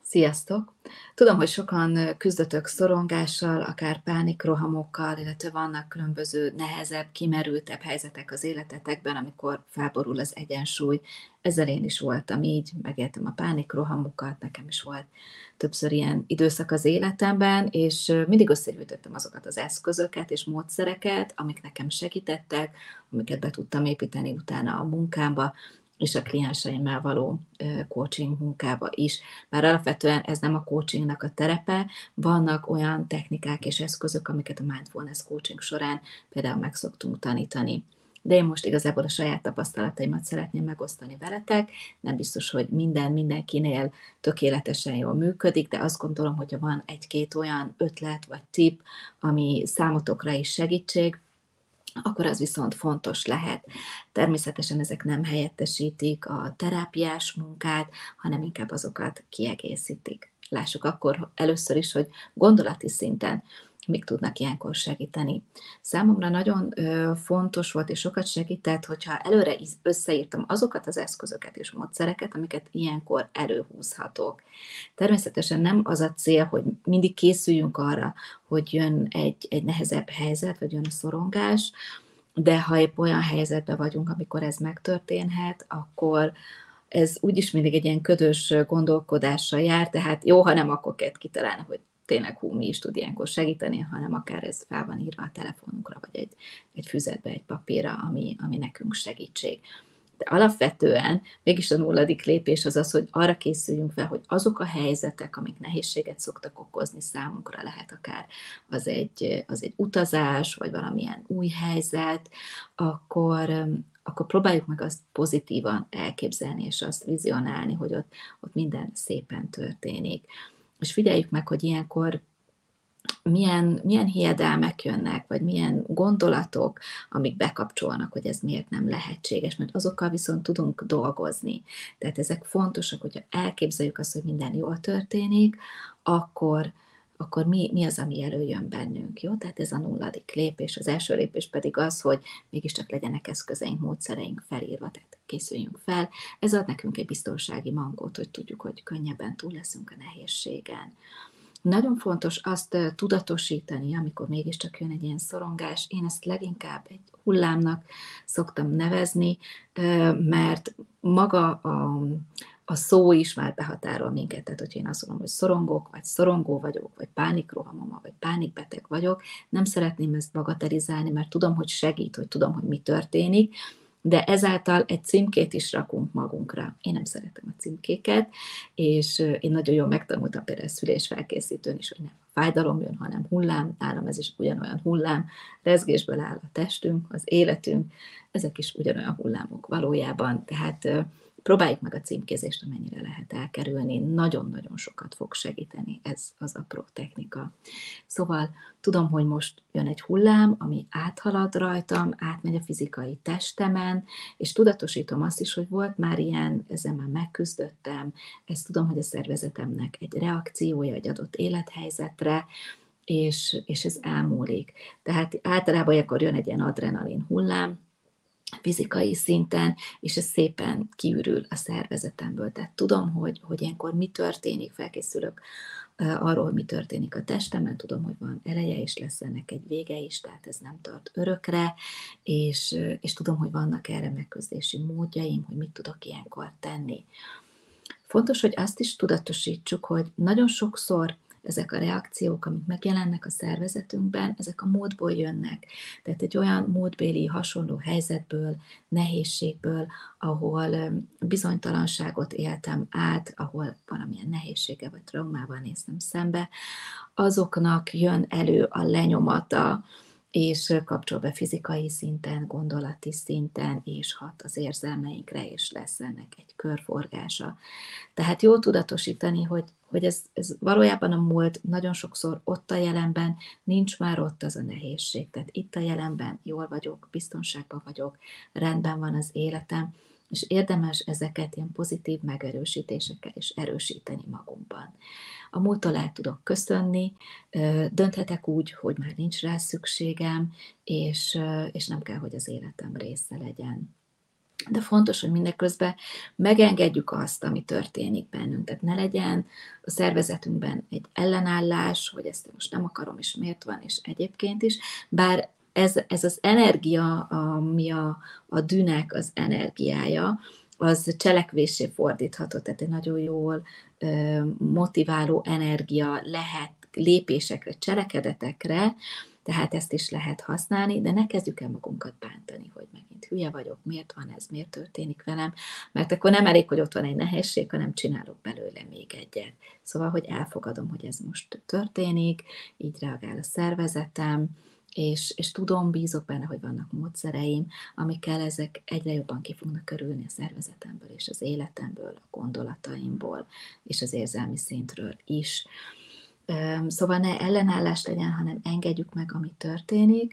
Sziasztok! Tudom, hogy sokan küzdötök szorongással, akár pánikrohamokkal, illetve vannak különböző nehezebb, kimerültebb helyzetek az életetekben, amikor felborul az egyensúly. Ezzel én is voltam így, megéltem a pánikrohamokat, nekem is volt többször ilyen időszak az életemben, és mindig összegyűjtöttem azokat az eszközöket és módszereket, amik nekem segítettek, amiket be tudtam építeni utána a munkámba, és a klienseimmel való coaching munkába is. Már alapvetően ez nem a coachingnak a terepe, vannak olyan technikák és eszközök, amiket a mindfulness coaching során például meg szoktunk tanítani. De én most igazából a saját tapasztalataimat szeretném megosztani veletek. Nem biztos, hogy mindenkinél tökéletesen jól működik, de azt gondolom, hogyha van egy-két olyan ötlet vagy tipp, ami számotokra is segítség, akkor az viszont fontos lehet. Természetesen ezek nem helyettesítik a terápiás munkát, hanem inkább azokat kiegészítik. Lássuk akkor először is, hogy gondolati szinten mik tudnak ilyenkor segíteni. Számomra nagyon fontos volt, és sokat segített, hogyha előre összeírtam azokat az eszközöket és módszereket, amiket ilyenkor előhúzhatok. Természetesen nem az a cél, hogy mindig készüljünk arra, hogy jön egy nehezebb helyzet, vagy jön a szorongás, de ha épp olyan helyzetben vagyunk, amikor ez megtörténhet, akkor ez úgyis mindig egy ilyen ködös gondolkodással jár, tehát jó, ha nem, akkor kell kitalálni, hogy tényleg mi is tud ilyenkor segíteni, hanem akár ez fel van írva a telefonunkra, vagy egy füzetbe, egy papírra, ami nekünk segítség. De alapvetően mégis a nulladik lépés az az, hogy arra készüljünk fel, hogy azok a helyzetek, amik nehézséget szoktak okozni számunkra, lehet akár az egy utazás, vagy valamilyen új helyzet, akkor próbáljuk meg azt pozitívan elképzelni, és azt vizionálni, hogy ott minden szépen történik. És figyeljük meg, hogy ilyenkor milyen hiedelmek jönnek, vagy milyen gondolatok, amik bekapcsolnak, hogy ez miért nem lehetséges, mert azokkal viszont tudunk dolgozni. Tehát ezek fontosak, hogyha elképzeljük azt, hogy minden jól történik, akkor mi az, ami előjön bennünk, jó? Tehát ez a nulladik lépés. Az első lépés pedig az, hogy mégiscsak legyenek eszközeink, módszereink felírva, tehát készüljünk fel. Ez ad nekünk egy biztonsági mankót, hogy tudjuk, hogy könnyebben túl leszünk a nehézségen. Nagyon fontos azt tudatosítani, amikor mégiscsak jön egy ilyen szorongás. Én ezt leginkább egy hullámnak szoktam nevezni, mert maga a szó is már behatárol minket. Tehát, hogyha én azt mondom, hogy szorongok, vagy szorongó vagyok, vagy pánikrohamom, vagy pánikbeteg vagyok, nem szeretném ezt bagatelizálni, mert tudom, hogy segít, hogy tudom, hogy mi történik, de ezáltal egy címkét is rakunk magunkra. Én nem szeretem a címkéket, és én nagyon jól megtanultam például szülésfelkészítőn is, hogy nem fájdalom jön, hanem hullám. Nálam ez is ugyanolyan hullám, rezgésből áll a testünk, az életünk, ezek is ugyanolyan hullámok valójában, tehát próbáljuk meg a címkézést, amennyire lehet elkerülni. Nagyon-nagyon sokat fog segíteni ez az apró technika. Szóval tudom, hogy most jön egy hullám, ami áthalad rajtam, átmegy a fizikai testemen, és tudatosítom azt is, hogy volt már ilyen, ezzel már megküzdöttem, ezt tudom, hogy a szervezetemnek egy reakciója egy adott élethelyzetre, és ez elmúlik. Tehát általában akkor jön egy ilyen adrenalin hullám, fizikai szinten, és ez szépen kiürül a szervezetemből. Tehát tudom, hogy ilyenkor mi történik, felkészülök arról, hogy mi történik a testemben, tudom, hogy van eleje, és lesz ennek egy vége is, tehát ez nem tart örökre, és tudom, hogy vannak erre megküzdési módjaim, hogy mit tudok ilyenkor tenni. Fontos, hogy azt is tudatosítsuk, hogy nagyon sokszor ezek a reakciók, amik megjelennek a szervezetünkben, ezek a múltból jönnek. Tehát egy olyan múltbéli hasonló helyzetből, nehézségből, ahol bizonytalanságot éltem át, ahol valamilyen nehézsége vagy traumával néztem szembe, azoknak jön elő a lenyomata, és kapcsol be fizikai szinten, gondolati szinten, és hat az érzelmeinkre, és lesz ennek egy körforgása. Tehát jól tudatosítani, hogy ez valójában a múlt, nagyon sokszor ott a jelenben, nincs már ott az a nehézség. Tehát itt a jelenben jól vagyok, biztonságban vagyok, rendben van az életem, és érdemes ezeket ilyen pozitív megerősítésekkel is erősíteni magunkban. A múlttól el tudok köszönni, dönthetek úgy, hogy már nincs rá szükségem, és nem kell, hogy az életem része legyen. De fontos, hogy mindeközben megengedjük azt, ami történik bennünk. Tehát ne legyen a szervezetünkben egy ellenállás, hogy ezt most nem akarom, és miért van, és egyébként is. Bár ez az energia, ami a dűnek az energiája, az cselekvésé fordítható, tehát egy nagyon jól motiváló energia lehet lépésekre, cselekedetekre, tehát ezt is lehet használni, de ne kezdjük el magunkat bántani, hogy megint hülye vagyok, miért van ez, miért történik velem, mert akkor nem elég, hogy ott van egy nehézség, hanem csinálok belőle még egyet. Szóval, hogy elfogadom, hogy ez most történik, így reagál a szervezetem, és tudom, bízok benne, hogy vannak módszereim, amikkel ezek egyre jobban ki fognak körülni a szervezetemből és az életemből, a gondolataimból és az érzelmi szintről is. Szóval ne ellenállás legyen, hanem engedjük meg, ami történik.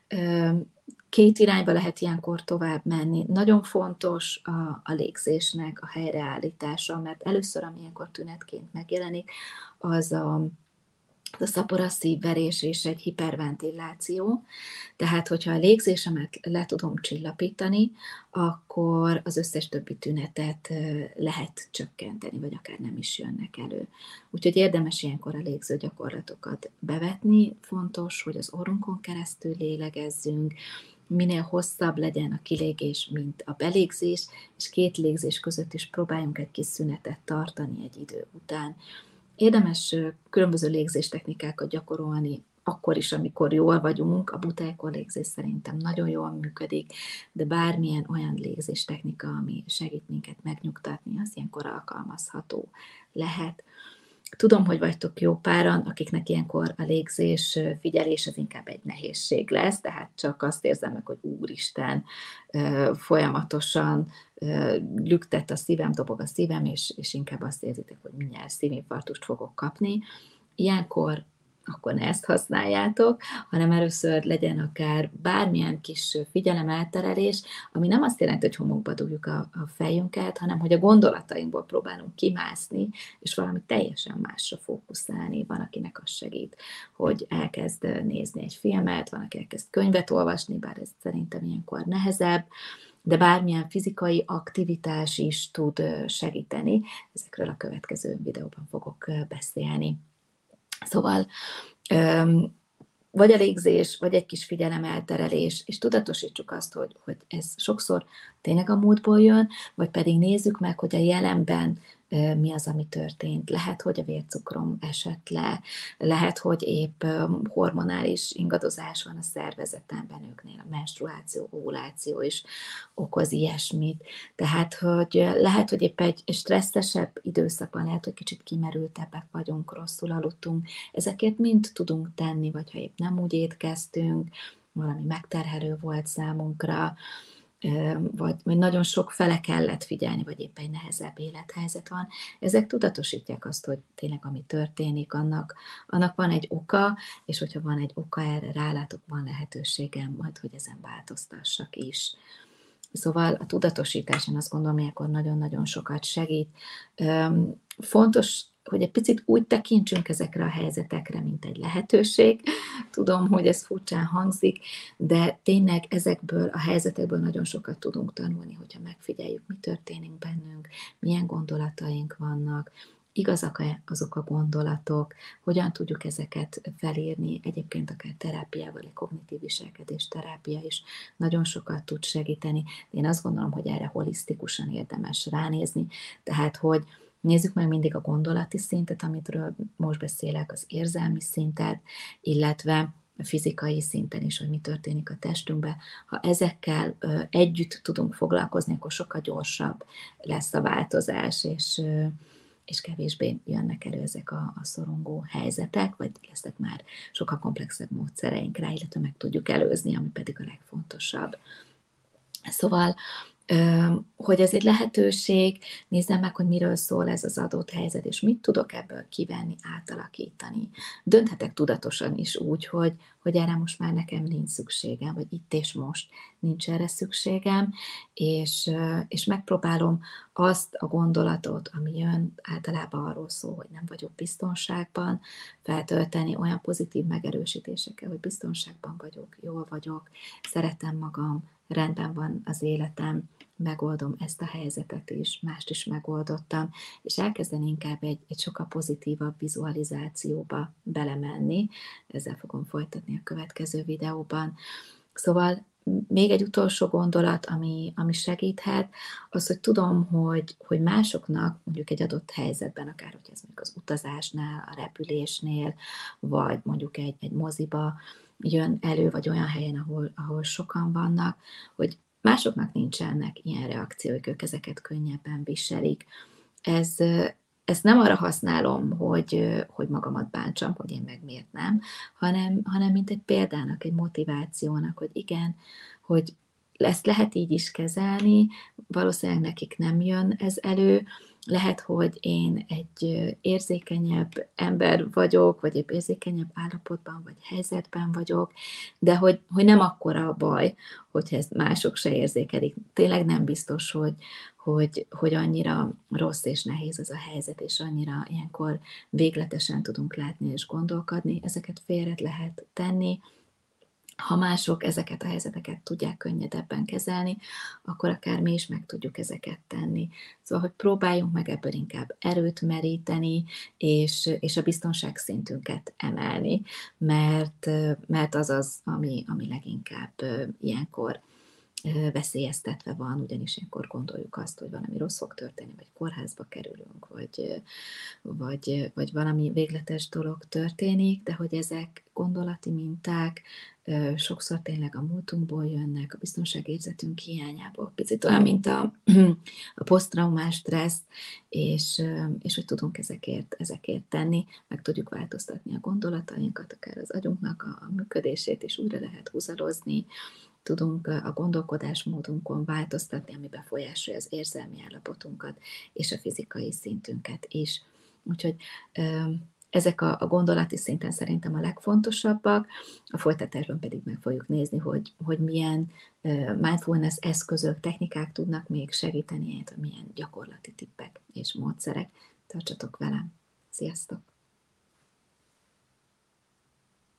Két irányba lehet ilyenkor tovább menni. Nagyon fontos a légzésnek a helyreállítása, mert először, ami ilyenkor tünetként megjelenik, az a szapora, szívverés és egy hiperventiláció. Tehát, hogyha a légzésemet le tudom csillapítani, akkor az összes többi tünetet lehet csökkenteni, vagy akár nem is jönnek elő. Úgyhogy érdemes ilyenkor a légző gyakorlatokat bevetni. Fontos, hogy az orrunkon keresztül lélegezzünk, minél hosszabb legyen a kilégés, mint a belégzés, és két légzés között is próbáljunk egy kis szünetet tartani egy idő után. Érdemes különböző légzéstechnikákat gyakorolni, akkor is, amikor jól vagyunk. A butájkor légzés szerintem nagyon jól működik, de bármilyen olyan légzéstechnika, ami segít minket megnyugtatni, az ilyenkor alkalmazható lehet. Tudom, hogy vagytok jó páran, akiknek ilyenkor a légzés figyelés az inkább egy nehézség lesz, tehát csak azt érzem meg, hogy úristen, folyamatosan lüktet a szívem, dobog a szívem, és inkább azt érzitek, hogy mindjárt szívinfarktust fogok kapni. Ilyenkor akkor ne ezt használjátok, hanem először legyen akár bármilyen kis figyelemelterelés, ami nem azt jelenti, hogy homokba dugjuk a fejünket, hanem hogy a gondolatainkból próbálunk kimászni, és valami teljesen másra fókuszálni. Van, akinek az segít, hogy elkezd nézni egy filmet, van, aki elkezd könyvet olvasni, bár ez szerintem ilyenkor nehezebb, de bármilyen fizikai aktivitás is tud segíteni. Ezekről a következő videóban fogok beszélni. Szóval vagy a légzés, vagy egy kis figyelemelterelés, és tudatosítsuk azt, hogy ez sokszor tényleg a múltból jön, vagy pedig nézzük meg, hogy a jelenben mi az, ami történt. Lehet, hogy a vércukrom esett le, lehet, hogy épp hormonális ingadozás van a szervezetemben, nőknél a menstruáció, ovuláció is okoz ilyesmit. Tehát, hogy lehet, hogy épp egy stresszesebb időszakban, lehet, hogy kicsit kimerültebbek vagyunk, rosszul aludtunk. Ezekért mind tudunk tenni, vagy ha épp nem úgy étkeztünk, valami megterhelő volt számunkra, vagy nagyon sok fele kellett figyelni, vagy éppen egy nehezebb élethelyzet van. Ezek tudatosítják azt, hogy tényleg ami történik, annak van egy oka, és hogyha van egy oka, erre rálátok, van lehetőségem majd, hogy ezen változtassak is. Szóval a tudatosítás, én azt gondolom, hogy akkor nagyon-nagyon sokat segít. Fontos, hogy egy picit úgy tekintsünk ezekre a helyzetekre, mint egy lehetőség. Tudom, hogy ez furcsán hangzik, de tényleg ezekből a helyzetekből nagyon sokat tudunk tanulni, hogyha megfigyeljük, mi történik bennünk, milyen gondolataink vannak, igazak azok a gondolatok, hogyan tudjuk ezeket felírni, egyébként akár terápiával, egy kognitív viselkedés terápia is nagyon sokat tud segíteni. Én azt gondolom, hogy erre holisztikusan érdemes ránézni, tehát hogy nézzük meg mindig a gondolati szintet, amitről most beszélek, az érzelmi szintet, illetve a fizikai szinten is, hogy mi történik a testünkben. Ha ezekkel együtt tudunk foglalkozni, akkor sokkal gyorsabb lesz a változás, és kevésbé jönnek elő ezek a szorongó helyzetek, vagy lesznek már sokkal komplexebb módszereink rá, illetve meg tudjuk előzni, ami pedig a legfontosabb. Szóval, hogy ez egy lehetőség, nézzem meg, hogy miről szól ez az adott helyzet, és mit tudok ebből kivenni, átalakítani. Dönthetek tudatosan is úgy, hogy erre most már nekem nincs szükségem, vagy itt és most nincs erre szükségem, és megpróbálom azt a gondolatot, ami jön, általában arról szól, hogy nem vagyok biztonságban, feltölteni olyan pozitív megerősítésekkel, hogy biztonságban vagyok, jól vagyok, szeretem magam, rendben van az életem, megoldom ezt a helyzetet is, mást is megoldottam, és elkezdeni inkább egy sokkal pozitívabb vizualizációba belemenni. Ezzel fogom folytatni a következő videóban. Szóval még egy utolsó gondolat, ami segíthet, az, hogy tudom, hogy másoknak mondjuk egy adott helyzetben, akár hogy ez mondjuk az utazásnál, a repülésnél, vagy mondjuk egy moziba jön elő, vagy olyan helyen, ahol sokan vannak, hogy másoknak nincsenek ilyen reakcióik, ők ezeket könnyebben viselik. Ez, ezt nem arra használom, hogy magamat bántsam, hogy én meg miért nem, hanem mint egy példának, egy motivációnak, hogy igen, hogy ezt lehet így is kezelni, valószínűleg nekik nem jön ez elő, lehet, hogy én egy érzékenyebb ember vagyok, vagy egy érzékenyebb állapotban, vagy helyzetben vagyok, de hogy nem akkora a baj, hogyha ezt mások se érzékelik. Tényleg nem biztos, hogy annyira rossz és nehéz ez a helyzet, és annyira ilyenkor végletesen tudunk látni és gondolkodni, ezeket félre lehet tenni. Ha mások ezeket a helyzeteket tudják könnyedebben kezelni, akkor akár mi is meg tudjuk ezeket tenni. Szóval, hogy próbáljunk meg ebből inkább erőt meríteni, és a biztonságszintünket emelni, mert az az, ami leginkább ilyenkor veszélyeztetve van, ugyanis ilyenkor gondoljuk azt, hogy valami rossz fog történni, vagy kórházba kerülünk, vagy valami végletes dolog történik, de hogy ezek gondolati minták sokszor tényleg a múltunkból jönnek, a biztonságérzetünk hiányából, picit olyan, mint a posztraumás stressz, és hogy tudunk ezekért tenni, meg tudjuk változtatni a gondolatainkat, akár az agyunknak a működését, és újra lehet húzalozni, tudunk a gondolkodásmódunkon változtatni, ami befolyásolja az érzelmi állapotunkat és a fizikai szintünket is. Úgyhogy ezek a gondolati szinten szerintem a legfontosabbak, a folytatásban pedig meg fogjuk nézni, hogy milyen mindfulness eszközök, technikák tudnak még segíteni, milyen gyakorlati tippek és módszerek. Tartsatok velem! Sziasztok!